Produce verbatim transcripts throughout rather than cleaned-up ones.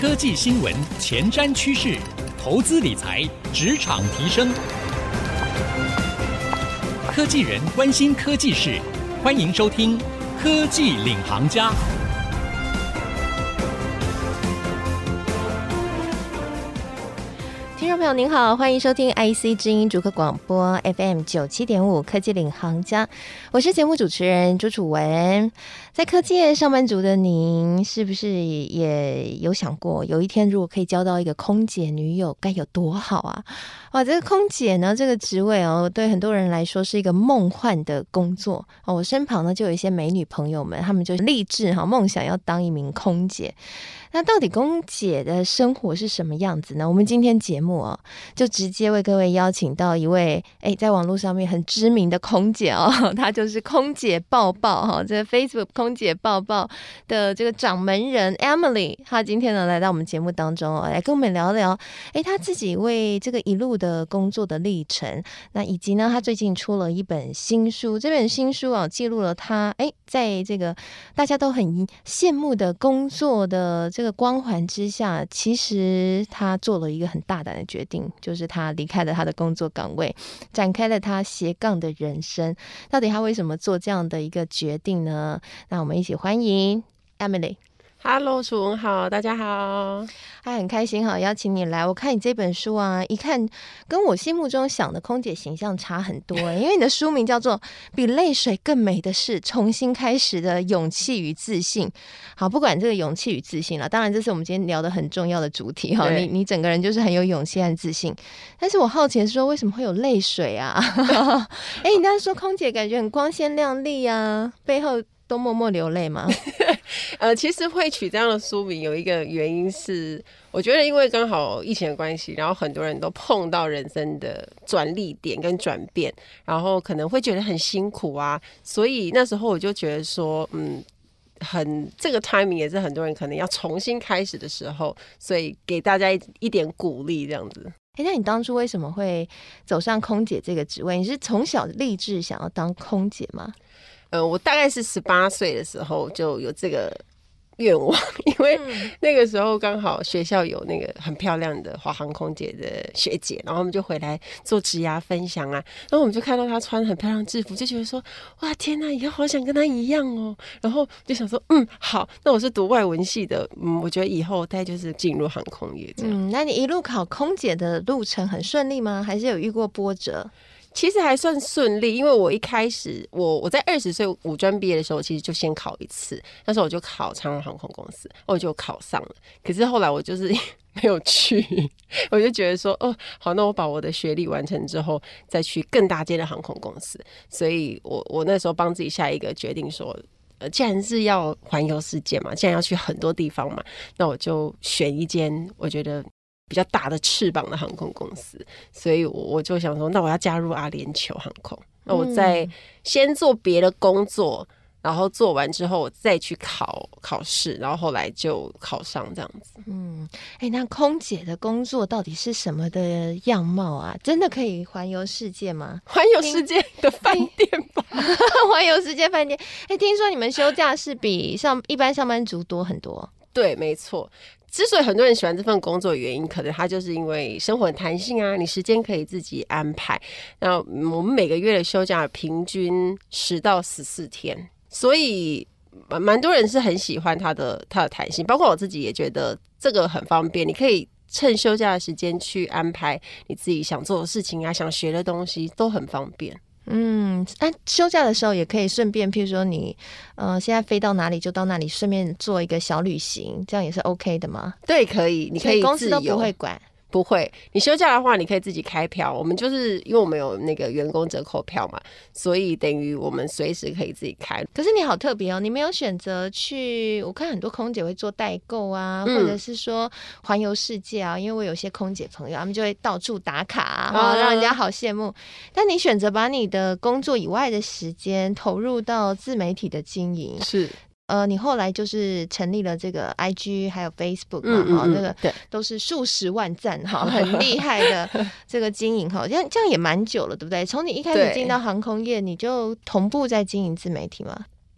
科技新闻、前瞻趋势、投资理财、职场提升。科技人关心科技事，欢迎收听《科技领航家》。 听众朋友您好，欢迎收听 I C 之音主客广播 F M 九七点五科技领航家，我是节目主持人朱楚文。在科技业上班族的您，是不是也有想过，有一天如果可以交到一个空姐女友，该有多好啊？哇，这个空姐呢，这个职位哦，对很多人来说是一个梦幻的工作哦。我身旁呢就有一些美女朋友们，她们就立志哈，梦想要当一名空姐。那到底空姐的生活是什么样子呢？我们今天节目哦，就直接为各位邀请到一位哎，在网络上面很知名的空姐哦，她就是空姐抱抱哈，这个 Facebook 空姐抱抱的这个掌门人 Emily， 她今天呢来到我们节目当中哦，来跟我们聊聊哎，她自己为这个一路的工作的历程，那以及呢，她最近出了一本新书，这本新书啊记录了她哎，在这个大家都很羡慕的工作的这个光环之下，其实他做了一个很大胆的决定，就是他离开了他的工作岗位，展开了他斜杠的人生。到底他为什么做这样的一个决定呢？那我们一起欢迎 Emily。Hello， 楚文好，大家好， 还很开心哈，邀请你来。我看你这本书啊，一看跟我心目中想的空姐形象差很多因为你的书名叫做《比泪水更美的是重新开始的勇气与自信》。好，不管这个勇气与自信了，当然这是我们今天聊的很重要的主题哈。你你整个人就是很有勇气和自信，但是我好奇的是说，为什么会有泪水啊？哎，你刚才说空姐感觉很光鲜亮丽啊，背后都默默流泪吗？ 呃，其实会取这样的书名有一个原因是，我觉得因为刚好疫情的关系，然后很多人都碰到人生的转捩点跟转变，然后可能会觉得很辛苦啊，所以那时候我就觉得说，嗯，很这个 timing 也是很多人可能要重新开始的时候，所以给大家 一, 一点鼓励这样子。 欸，那你当初为什么会走上空姐这个职位？你是从小立志想要当空姐吗？ 呃，我大概是十八岁的时候就有这个愿望，因为那个时候刚好学校有那个很漂亮的华航空姐的学姐，然后我们就回来做职涯分享啊，然后我们就看到她穿很漂亮制服，就觉得说哇天哪，以后好想跟她一样哦，然后就想说嗯好，那我是读外文系的，嗯，我觉得以后大概就是进入航空业这样。 嗯，那你一路考空姐的路程很顺利吗？还是有遇过波折？ 其实还算顺利，因为我一开始我我在二十岁五专毕业的时候，其实就先考一次，那时候我就考长荣航空公司，我就考上了。可是后来我就是没有去，我就觉得说，哦，好，那我把我的学历完成之后，再去更大间的航空公司。所以我我那时候帮自己下一个决定说，呃，既然是要环游世界嘛，既然要去很多地方嘛，那我就选一间我觉得比较大的翅膀的航空公司，所以我就想说，那我要加入阿联酋航空。那我再先做别的工作，然后做完之后我再去考考试，然后后来就考上这样子。 嗯，哎，那空姐的工作到底是什么的样貌啊？真的可以环游世界吗？ 环游世界的饭店吧， 环游世界饭店。哎，听说你们休假是比上一般上班族多很多。 对，没错。之所以很多人喜欢这份工作的原因，可能它就是因为生活很弹性啊，你时间可以自己安排。那我们每个月的休假平均十到十四天，所以蛮多人是很喜欢它的它的弹性，包括我自己也觉得这个很方便，你可以趁休假的时间去安排你自己想做的事情啊，想学的东西都很方便。 嗯，那休假的时候也可以顺便，譬如说你呃现在飞到哪里就到哪里，顺便做一个小旅行，这样也是 OK 的吗？ 对，可以，你可以自由， 公司都不会管。 不会，你休假的话你可以自己开票，我们就是因为我们有那个员工折扣票嘛，所以等于我们随时可以自己开。 可是你好特别哦，你没有选择去，我看很多空姐会做代购啊、嗯、或者是说环游世界啊，因为我有些空姐朋友他们就会到处打卡啊、嗯、让人家好羡慕。但你选择把你的工作以外的时间投入到自媒体的经营， 是呃，你后来就是成立了这个 I G 还有 Facebook 嘛， 嗯嗯嗯这个都是数十万赞哈，很厉害的这个经营哈，这样这样也蛮久了，对不对？从你一开始进到航空业，你就同步在经营自媒体吗？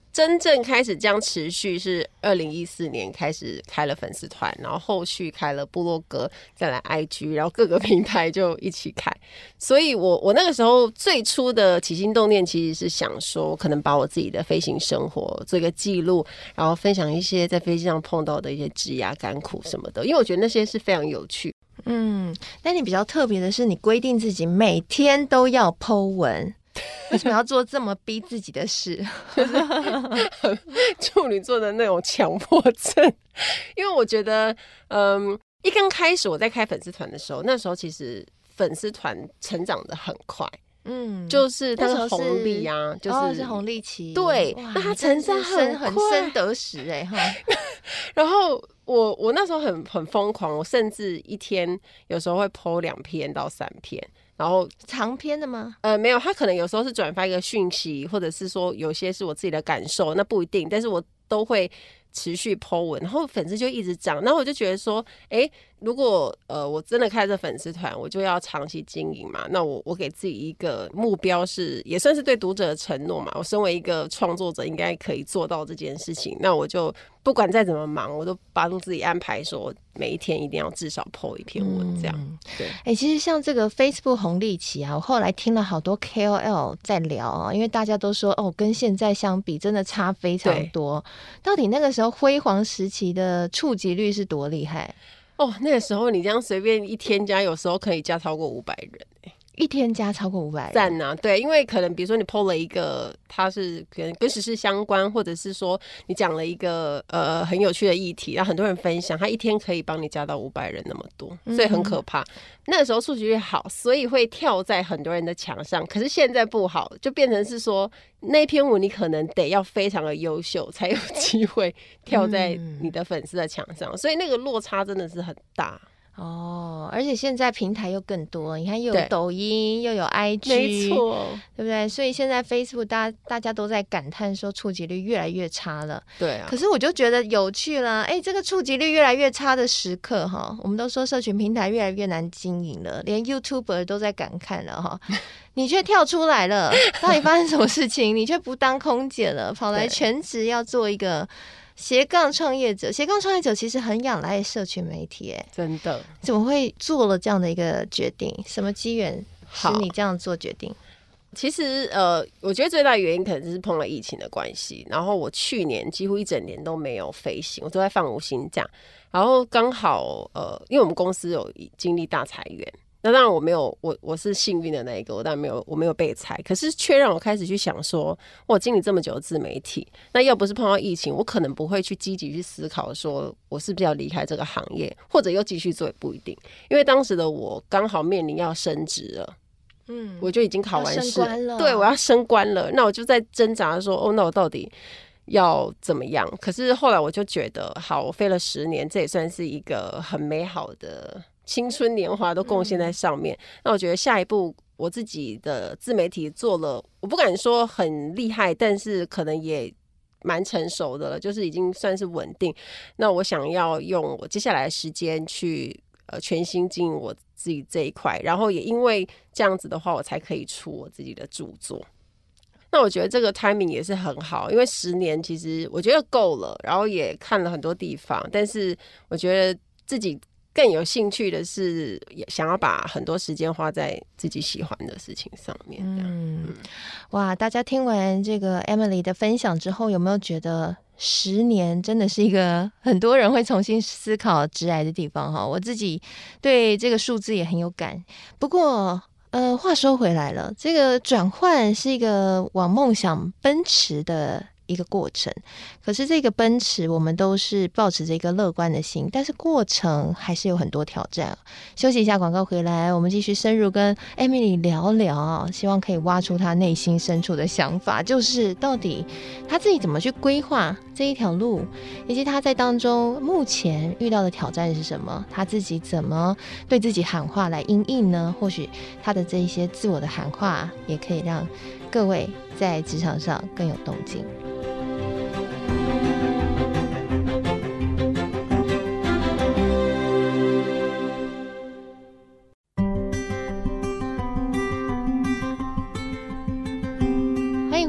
真正开始这样持续是二零一四年开始开了粉丝团，然后后续开了部落格，再来 I G， 然后各个平台就一起开。所以我我那个时候最初的起心动念其实是想说，可能把我自己的飞行生活做一个记录，然后分享一些在飞机上碰到的一些职涯甘苦什么的，因为我觉得那些是非常有趣。 嗯，但你比较特别的是，你规定自己每天都要 po 文。为什么要做这么逼自己的事？ 就是处女座的那种强迫症。因为我觉得，嗯，一刚开始我在开粉丝团的时候，那时候其实粉丝团成长得很快。嗯，就是它是红利啊，就是、 哦、是红利期， 对，那它成长很很深得实哎、欸、哈。 然后我我那时候很很疯狂，我甚至一天有时候会 po 两篇到三篇。然后长篇的吗？ 呃，没有，他可能有时候是转发一个讯息，或者是说有些是我自己的感受，那不一定，但是我都会持续 po 文，然后粉丝就一直涨，然后我就觉得说，哎，如果呃我真的开这粉丝团，我就要长期经营嘛，那我我给自己一个目标是，也算是对读者的承诺嘛，我身为一个创作者，应该可以做到这件事情，那我就不管再怎么忙，我都帮自己安排说，每一天一定要至少 po 一篇文这样。嗯、对， 哎、欸，其实像这个 Facebook 红利期啊，我后来听了好多 K O L 在聊啊，因为大家都说哦，跟现在相比，真的差非常多。到底那个时候辉煌时期的触及率是多厉害？ 哦，那个时候你这样随便一添加，有时候可以加超过五百人、欸。 一天加超过五百人赞啊！对，因为可能比如说你 po 了一个，它是可能跟时事相关，或者是说你讲了一个呃很有趣的议题，让很多人分享，它一天可以帮你加到五百人那么多，所以很可怕。嗯、那个时候触及率好，所以会跳在很多人的墙上。可是现在不好，就变成是说那篇文你可能得要非常的优秀，才有机会跳在你的粉丝的墙上，嗯、所以那个落差真的是很大。 哦，而且现在平台又更多，你看又有抖音又有 I G， 没错， 对不对？所以现在 Facebook 大家大家都在感叹说触及率越来越差了。 对啊， 可是我就觉得有趣了，哎，这个触及率越来越差的时刻哈，我们都说社群平台越来越难经营了，连 YouTuber 都在感慨了哈。你却跳出来了，到底发生什么事情？你却不当空姐了，跑来全职要做一个斜杠创业者。斜杠创业者其实很仰赖社群媒体，哎， 真的， 怎么会做了这样的一个决定？什么机缘使你这样做决定？ 其实呃，我觉得最大的原因可能就是碰了疫情的关系，然后我去年几乎一整年都没有飞行，我都在放无薪假，然后刚好呃，因为我们公司有经历大裁员。那当然我没有，我我是幸运的那一个，我当然没有，我没有被裁，可是却让我开始去想说，我经历这么久的自媒体，那要不是碰到疫情，我可能不会去积极去思考说我是不是要离开这个行业，或者又继续做也不一定，因为当时的我刚好面临要升职了，嗯，我就已经考完试，对，我要升官了，那我就在挣扎说，哦，那我到底要怎么样？可是后来我就觉得，好，我飞了十年，这也算是一个很美好的青春年华都贡献在上面、嗯、那我觉得下一步我自己的自媒体做了，我不敢说很厉害，但是可能也蛮成熟的了，就是已经算是稳定。那我想要用我接下来的时间去呃全心经营我自己这一块，然后也因为这样子的话，我才可以出我自己的著作。那我觉得这个 timing 也是很好，因为十年其实我觉得够了，然后也看了很多地方，但是我觉得自己更有兴趣的是想要把很多时间花在自己喜欢的事情上面。嗯，嗯哇，大家听完这个 Emily 的分享之后，有没有觉得十年真的是一个很多人会重新思考职涯的地方哈？我自己对这个数字也很有感。不过呃，话说回来了，这个转换是一个往梦想奔驰的一个过程，可是这个奔驰我们都是抱持着一个乐观的心，但是过程还是有很多挑战。休息一下广告回来，我们继续深入跟 Emily 聊聊，希望可以挖出她内心深处的想法，就是到底她自己怎么去规划这一条路，以及她在当中目前遇到的挑战是什么，她自己怎么对自己喊话来因应呢？或许她的这一些自我的喊话也可以让各位在职场上更有动静。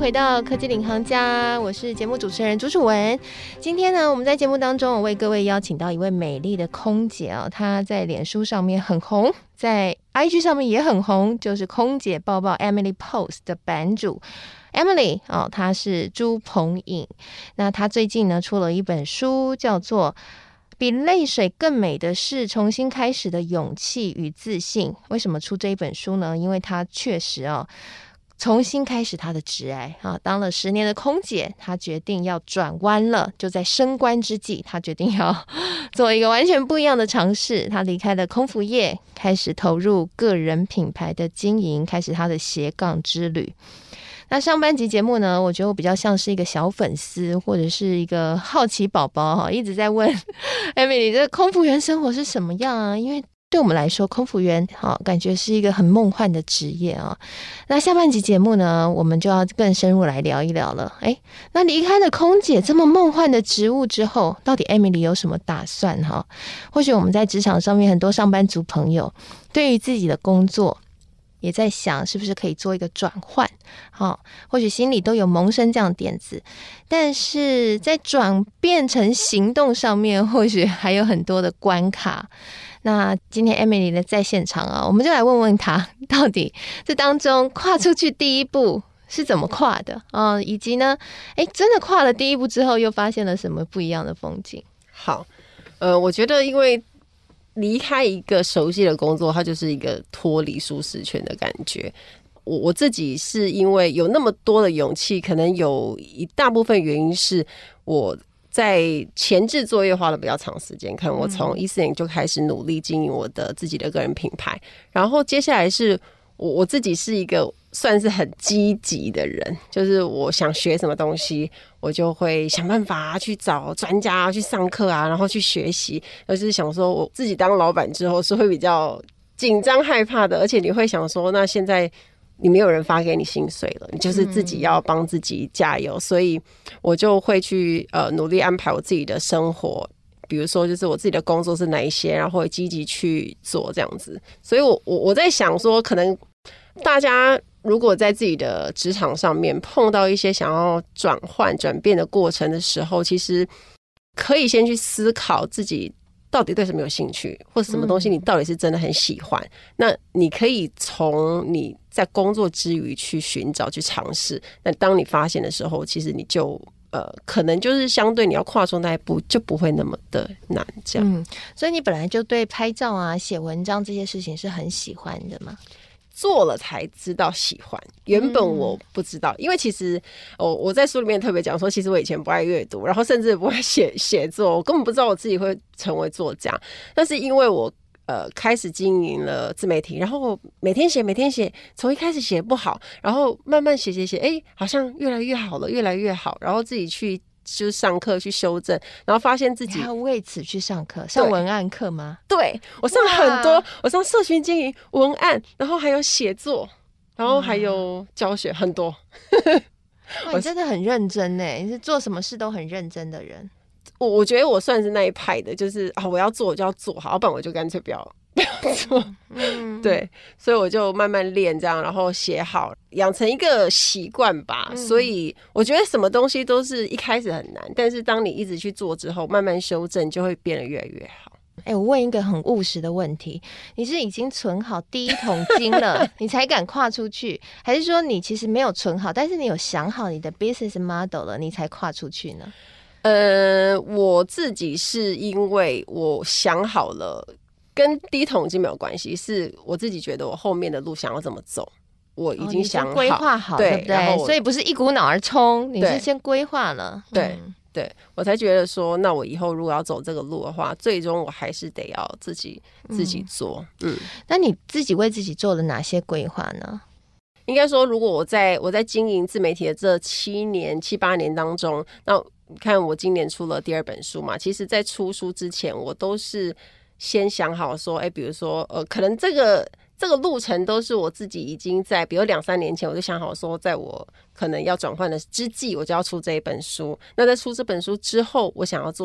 回到科技领航家，我是节目主持人朱楚文。今天呢，我们在节目当中，我为各位邀请到一位美丽的空姐哦，她在脸书上面很红，在 I G 上面也很红，就是空姐报报 Emily Post 的版主 Emily 哦，她是朱鹏颖。那她最近呢出了一本书，叫做比泪水更美的是重新开始的勇气与自信。为什么出这一本书呢？因为她确实哦重新开始她的职涯啊，当了十年的空姐，她决定要转弯了。就在升官之际，她决定要做一个完全不一样的尝试。她离开了空服业，开始投入个人品牌的经营，开始她的斜杠之旅。那上半集节目呢，我觉得我比较像是一个小粉丝，或者是一个好奇宝宝哈，一直在问 Emily 这个空服员生活是什么样啊？因为对我们来说，空服员好感觉是一个很梦幻的职业啊。那下半集节目呢，我们就要更深入来聊一聊了。哎，那离开了空姐这么梦幻的职务之后，到底 Emily 有什么打算哈？或许我们在职场上面很多上班族朋友，对于自己的工作也在想是不是可以做一个转换，好，或许心里都有萌生这样的点子，但是在转变成行动上面，或许还有很多的关卡。那今天 Emily 呢在现场啊，我们就来问问她，到底这当中跨出去第一步是怎么跨的啊、呃？以及呢，哎，真的跨了第一步之后，又发现了什么不一样的风景？ 好，呃，我觉得因为离开一个熟悉的工作，它就是一个脱离舒适圈的感觉。我我自己是因为有那么多的勇气，可能有一大部分原因是我在前置作业花了比较长时间，可能我从一四年就开始努力经营我的自己的个人品牌，然后接下来是我我自己是一个算是很积极的人，就是我想学什么东西，我就会想办法去找专家去上课啊，然后去学习。就是想说我自己当老板之后是会比较紧张害怕的，而且你会想说，那现在你没有人发给你薪水了，你就是自己要帮自己加油，所以我就会去呃努力安排我自己的生活，比如说就是我自己的工作是哪一些，然后会积极去做这样子。所以我我我在想说，可能大家如果在自己的职场上面碰到一些想要转换转变的过程的时候，其实可以先去思考自己到底对什么有兴趣，或者什么东西你到底是真的很喜欢、嗯、那你可以从你在工作之余去寻找去尝试，那当你发现的时候，其实你就呃，可能就是相对你要跨出那一步就不会那么的难这样、 嗯、所以你本来就对拍照啊写文章这些事情是很喜欢的吗？ 做了才知道喜欢，原本我不知道、嗯、因为其实我我在书里面特别讲说，其实我以前不爱阅读，然后甚至不会写写作，我根本不知道我自己会成为作家。但是因为我呃开始经营了自媒体，然后我每天写每天写，从一开始写不好，然后慢慢写写写，哎，好像越来越好了，越来越好，然后自己去就是上课去修正，然后发现自己还要为此去上课，上文案课吗？ 对，我上很多，我上社群经营、文案，然后还有写作，然后还有教学，很多。 哇，你真的很认真耶，你是做什么事都很认真的人。 我我觉得我算是那一派的，就是啊，我要做我就要做好，要不然我就干脆不要。不要做，嗯，对，所以我就慢慢练这样，然后写好，养成一个习惯吧、嗯。所以我觉得什么东西都是一开始很难，但是当你一直去做之后，慢慢修正，就会变得越来越好。 哎、欸，我问一个很务实的问题：你是已经存好第一桶金了，你才敢跨出去，还是说你其实没有存好，但是你有想好你的 business model 了，你才跨出去呢？ 呃，我自己是因为我想好了。跟第一桶金没有关系，是我自己觉得我后面的路想要怎么走，我已经想好、 规划好，对不对？所以不是一股脑儿冲，你是先规划了。 对、嗯、对，我才觉得说，那我以后如果要走这个路的话，最终我还是得要自己自己做。嗯， 那你自己为自己做了哪些规划呢？ 应该说，如果我在我在经营自媒体的这七年七八年当中，那你看我今年出了第二本书嘛，其实在出书之前，我都是先想好说，哎、欸，比如说，呃，可能这个这个路程都是我自己已经在，比如两三年前我就想好说，在我可能要转换的之际，我就要出这一本书。那在出这本书之后，我想要做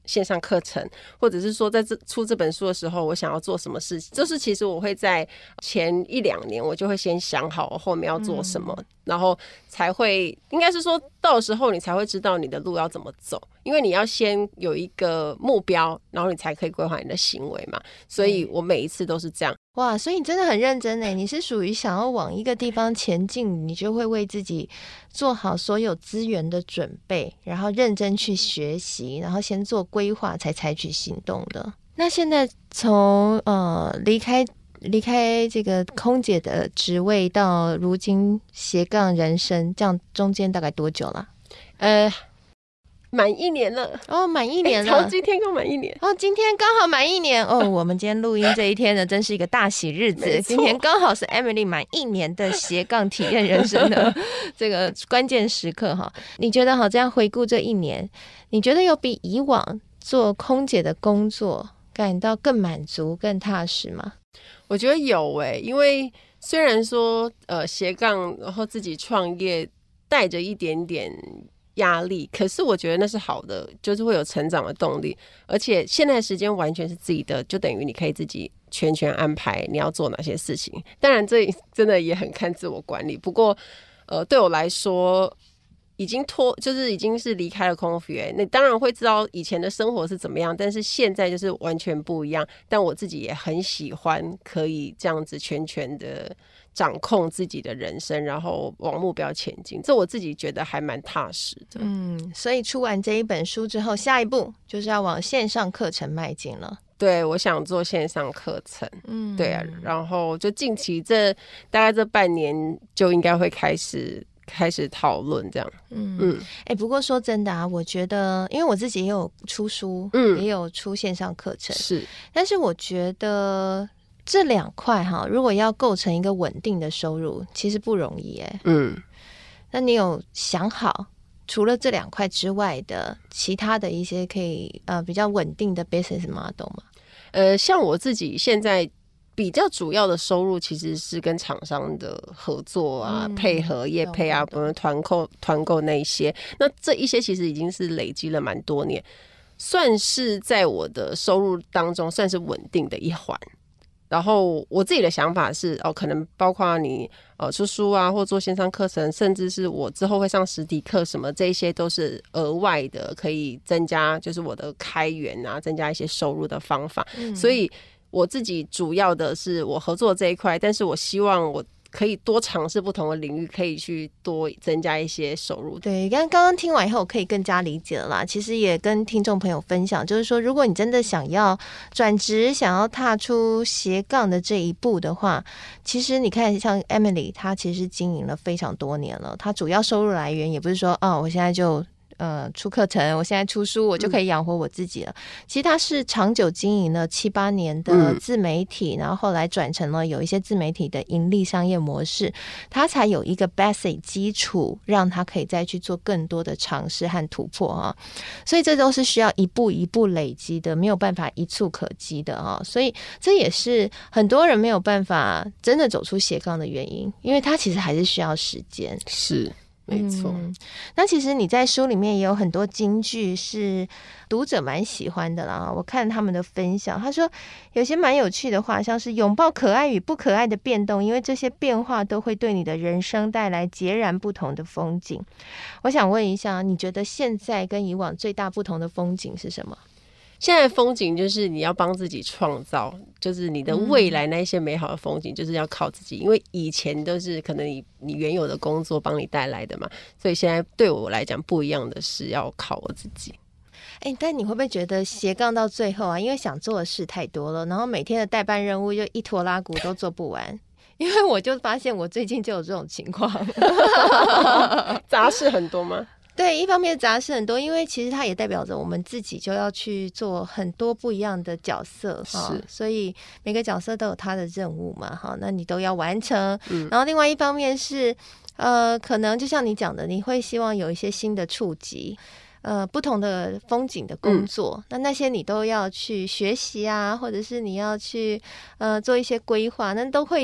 线上课程，或者是说在这出这本书的时候，我想要做什么事情，就是其实我会在前一两年，我就会先想好我后面要做什么，嗯、然后才会，应该是说到时候你才会知道你的路要怎么走，因为你要先有一个目标，然后你才可以规划你的行为嘛。所以我每一次都是这样。 哇，所以你真的很认真耶，你是属于想要往一个地方前进，你就会为自己做好所有资源的准备，然后认真去学习，然后先做规划才采取行动的。那现在从呃离开离开这个空姐的职位到如今斜杠人生，这样中间大概多久了？ 呃满一年了哦，满一年了， 从、欸、今天刚满一年哦，今天刚好满一年哦。我们今天录音这一天呢，真是一个大喜日子。今天刚好是 Emily 满一年的斜杠体验人生的这个关键时刻哈。你觉得好，这样回顾这一年，你觉得有比以往做空姐的工作感到更满足、更踏实吗？ 我觉得有诶、欸，因为虽然说呃斜杠，然后自己创业，带着一点点压力，可是我觉得那是好的，就是会有成长的动力，而且现在时间完全是自己的，就等于你可以自己全权安排你要做哪些事情。当然这真的也很看自我管理，不过呃对我来说已经脱就是已经是离开了空服员，你当然会知道以前的生活是怎么样，但是现在就是完全不一样。但我自己也很喜欢可以这样子全权的掌控自己的人生，然后往目标前进，这我自己觉得还蛮踏实的。 嗯，所以出完这一本书之后，下一步就是要往线上课程迈进了。 对，我想做线上课程。嗯，对啊，然后就近期这大概这半年就应该会开始开始讨论这样。嗯嗯， 哎、欸，不过说真的啊，我觉得因为我自己也有出书，嗯，也有出线上课程， 是， 但是我觉得这两块哈，如果要构成一个稳定的收入，其实不容易哎。嗯，那你有想好除了这两块之外的其他的一些可以呃比较稳定的 business model 吗？ 呃，像我自己现在比较主要的收入其实是跟厂商的合作啊、嗯、配合业配啊、不论团购团购那一些，那这一些其实已经是累积了蛮多年，算是在我的收入当中算是稳定的一环。然后我自己的想法是哦，可能包括你呃出书啊，或做线上课程，甚至是我之后会上实体课什么，这一些都是额外的，可以增加就是我的开源啊，增加一些收入的方法。嗯、所以我自己主要的是我合作这一块，但是我希望我可以多尝试不同的领域，可以去多增加一些收入。 对，刚刚刚听完以后，我可以更加理解了啦。其实也跟听众朋友分享，就是说，如果你真的想要转职，想要踏出斜杠的这一步的话，其实你看，像 Emily， 她其实经营了非常多年了，她主要收入来源也不是说，哦，我现在就。呃，出课程，我现在出书，我就可以养活我自己了。嗯、其实他是长久经营了七八年的自媒体，嗯、然后后来转成了有一些自媒体的盈利商业模式，他才有一个 basic 基础，让他可以再去做更多的尝试和突破啊。所以这都是需要一步一步累积的，没有办法一触可及的啊。所以这也是很多人没有办法真的走出斜杠的原因，因为他其实还是需要时间。 是。没错、嗯， 那其实你在书里面也有很多金句是读者蛮喜欢的啦。我看他们的分享，他说有些蛮有趣的话，像是拥抱可爱与不可爱的变动，因为这些变化都会对你的人生带来截然不同的风景。我想问一下，你觉得现在跟以往最大不同的风景是什么？ 现在的风景就是你要帮自己创造，就是你的未来那些美好的风景，就是要靠自己。因为以前都是可能你你原有的工作帮你带来的嘛，所以现在对我来讲不一样的是要靠我自己。 哎、欸，但你会不会觉得斜杠到最后啊，因为想做的事太多了，然后每天的代办任务就一拖拉骨都做不完？因为我就发现我最近就有这种情况， 杂事很多吗？ 对，一方面杂事很多，因为其实它也代表着我们自己就要去做很多不一样的角色哈，所以每个角色都有它的任务嘛哈，那你都要完成。嗯、然后另外一方面是，呃，可能就像你讲的，你会希望有一些新的触及，呃，不同的风景的工作，嗯、那那些你都要去学习啊，或者是你要去呃做一些规划，那都会。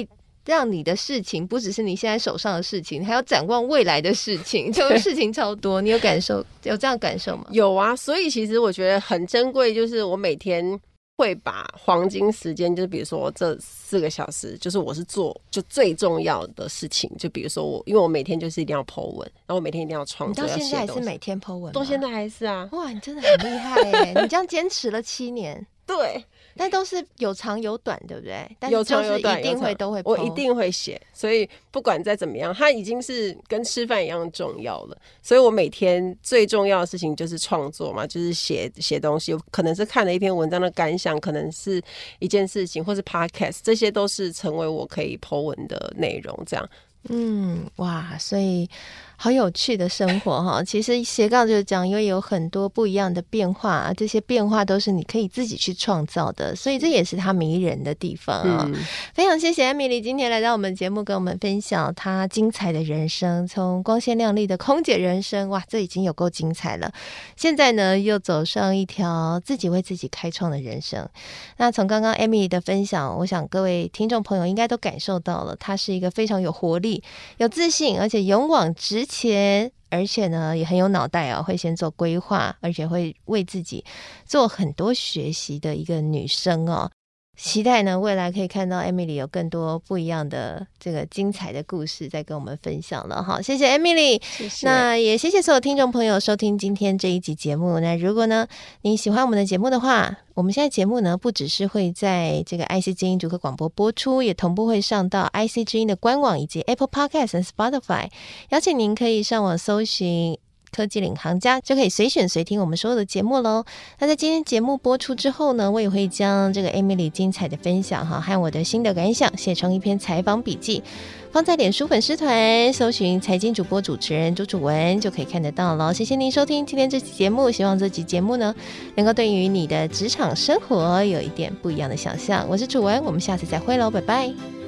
让你的事情不只是你现在手上的事情，还要展望未来的事情，就事情超多。你有感受有这样感受吗？ 有啊，所以其实我觉得很珍贵，就是我每天会把黄金时间，就是比如说这四个小时，就是我是做就最重要的事情。就比如说我，因为我每天就是一定要 po 文，然后我每天一定要创作， 你到现在还要写东西是每天 po 文吗？ 到现在还是啊。 哇，你真的很厉害耶！你这样坚持了七年。 对， 但都是有长有短，对不对？但有长有短， 一定会都会 po， 我一定会写，所以不管再怎么样，它已经是跟吃饭一样重要了。所以我每天最重要的事情就是创作嘛，就是写写东西，可能是看了一篇文章的感想，可能是一件事情，或是 podcast， 这些都是成为我可以 po 文的内容。这样， 嗯，哇，所以好有趣的生活哈！其实斜杠就是这样，因为有很多不一样的变化，这些变化都是你可以自己去创造的，所以这也是它迷人的地方啊、哦！嗯、非常谢谢 Emily 今天来到我们节目，跟我们分享她精彩的人生，从光鲜亮丽的空姐人生，哇，这已经有够精彩了。现在呢，又走上一条自己为自己开创的人生。那从刚刚 Emily 的分享，我想各位听众朋友应该都感受到了，她是一个非常有活力、有自信，而且勇往直前，而且呢也很有脑袋哦，会先做规划，而且会为自己做很多学习的一个女生哦。期待呢未来可以看到 Emily 有更多不一样的这个精彩的故事再跟我们分享了哈。谢谢 Emily， 谢谢。 那也谢谢所有听众朋友收听今天这一集节目。那如果呢你喜欢我们的节目的话，我们现在节目呢不只是会在这个 I C 之音主客广播播出，也同步会上到 I C 之音的官网以及 Apple Podcast 和 Spotify， 邀请您可以上网搜寻科技领航家，就可以随选随听我们所有的节目咯。那在今天节目播出之后呢，我也会将这个 Emily 精彩的分享哈和我的心得感想写成一篇采访笔记，放在脸书粉丝团搜寻财经主播主持人朱楚文就可以看得到了。谢谢您收听今天这期节目，希望这期节目呢能够对于你的职场生活有一点不一样的想象。我是楚文，我们下次再会咯，拜拜。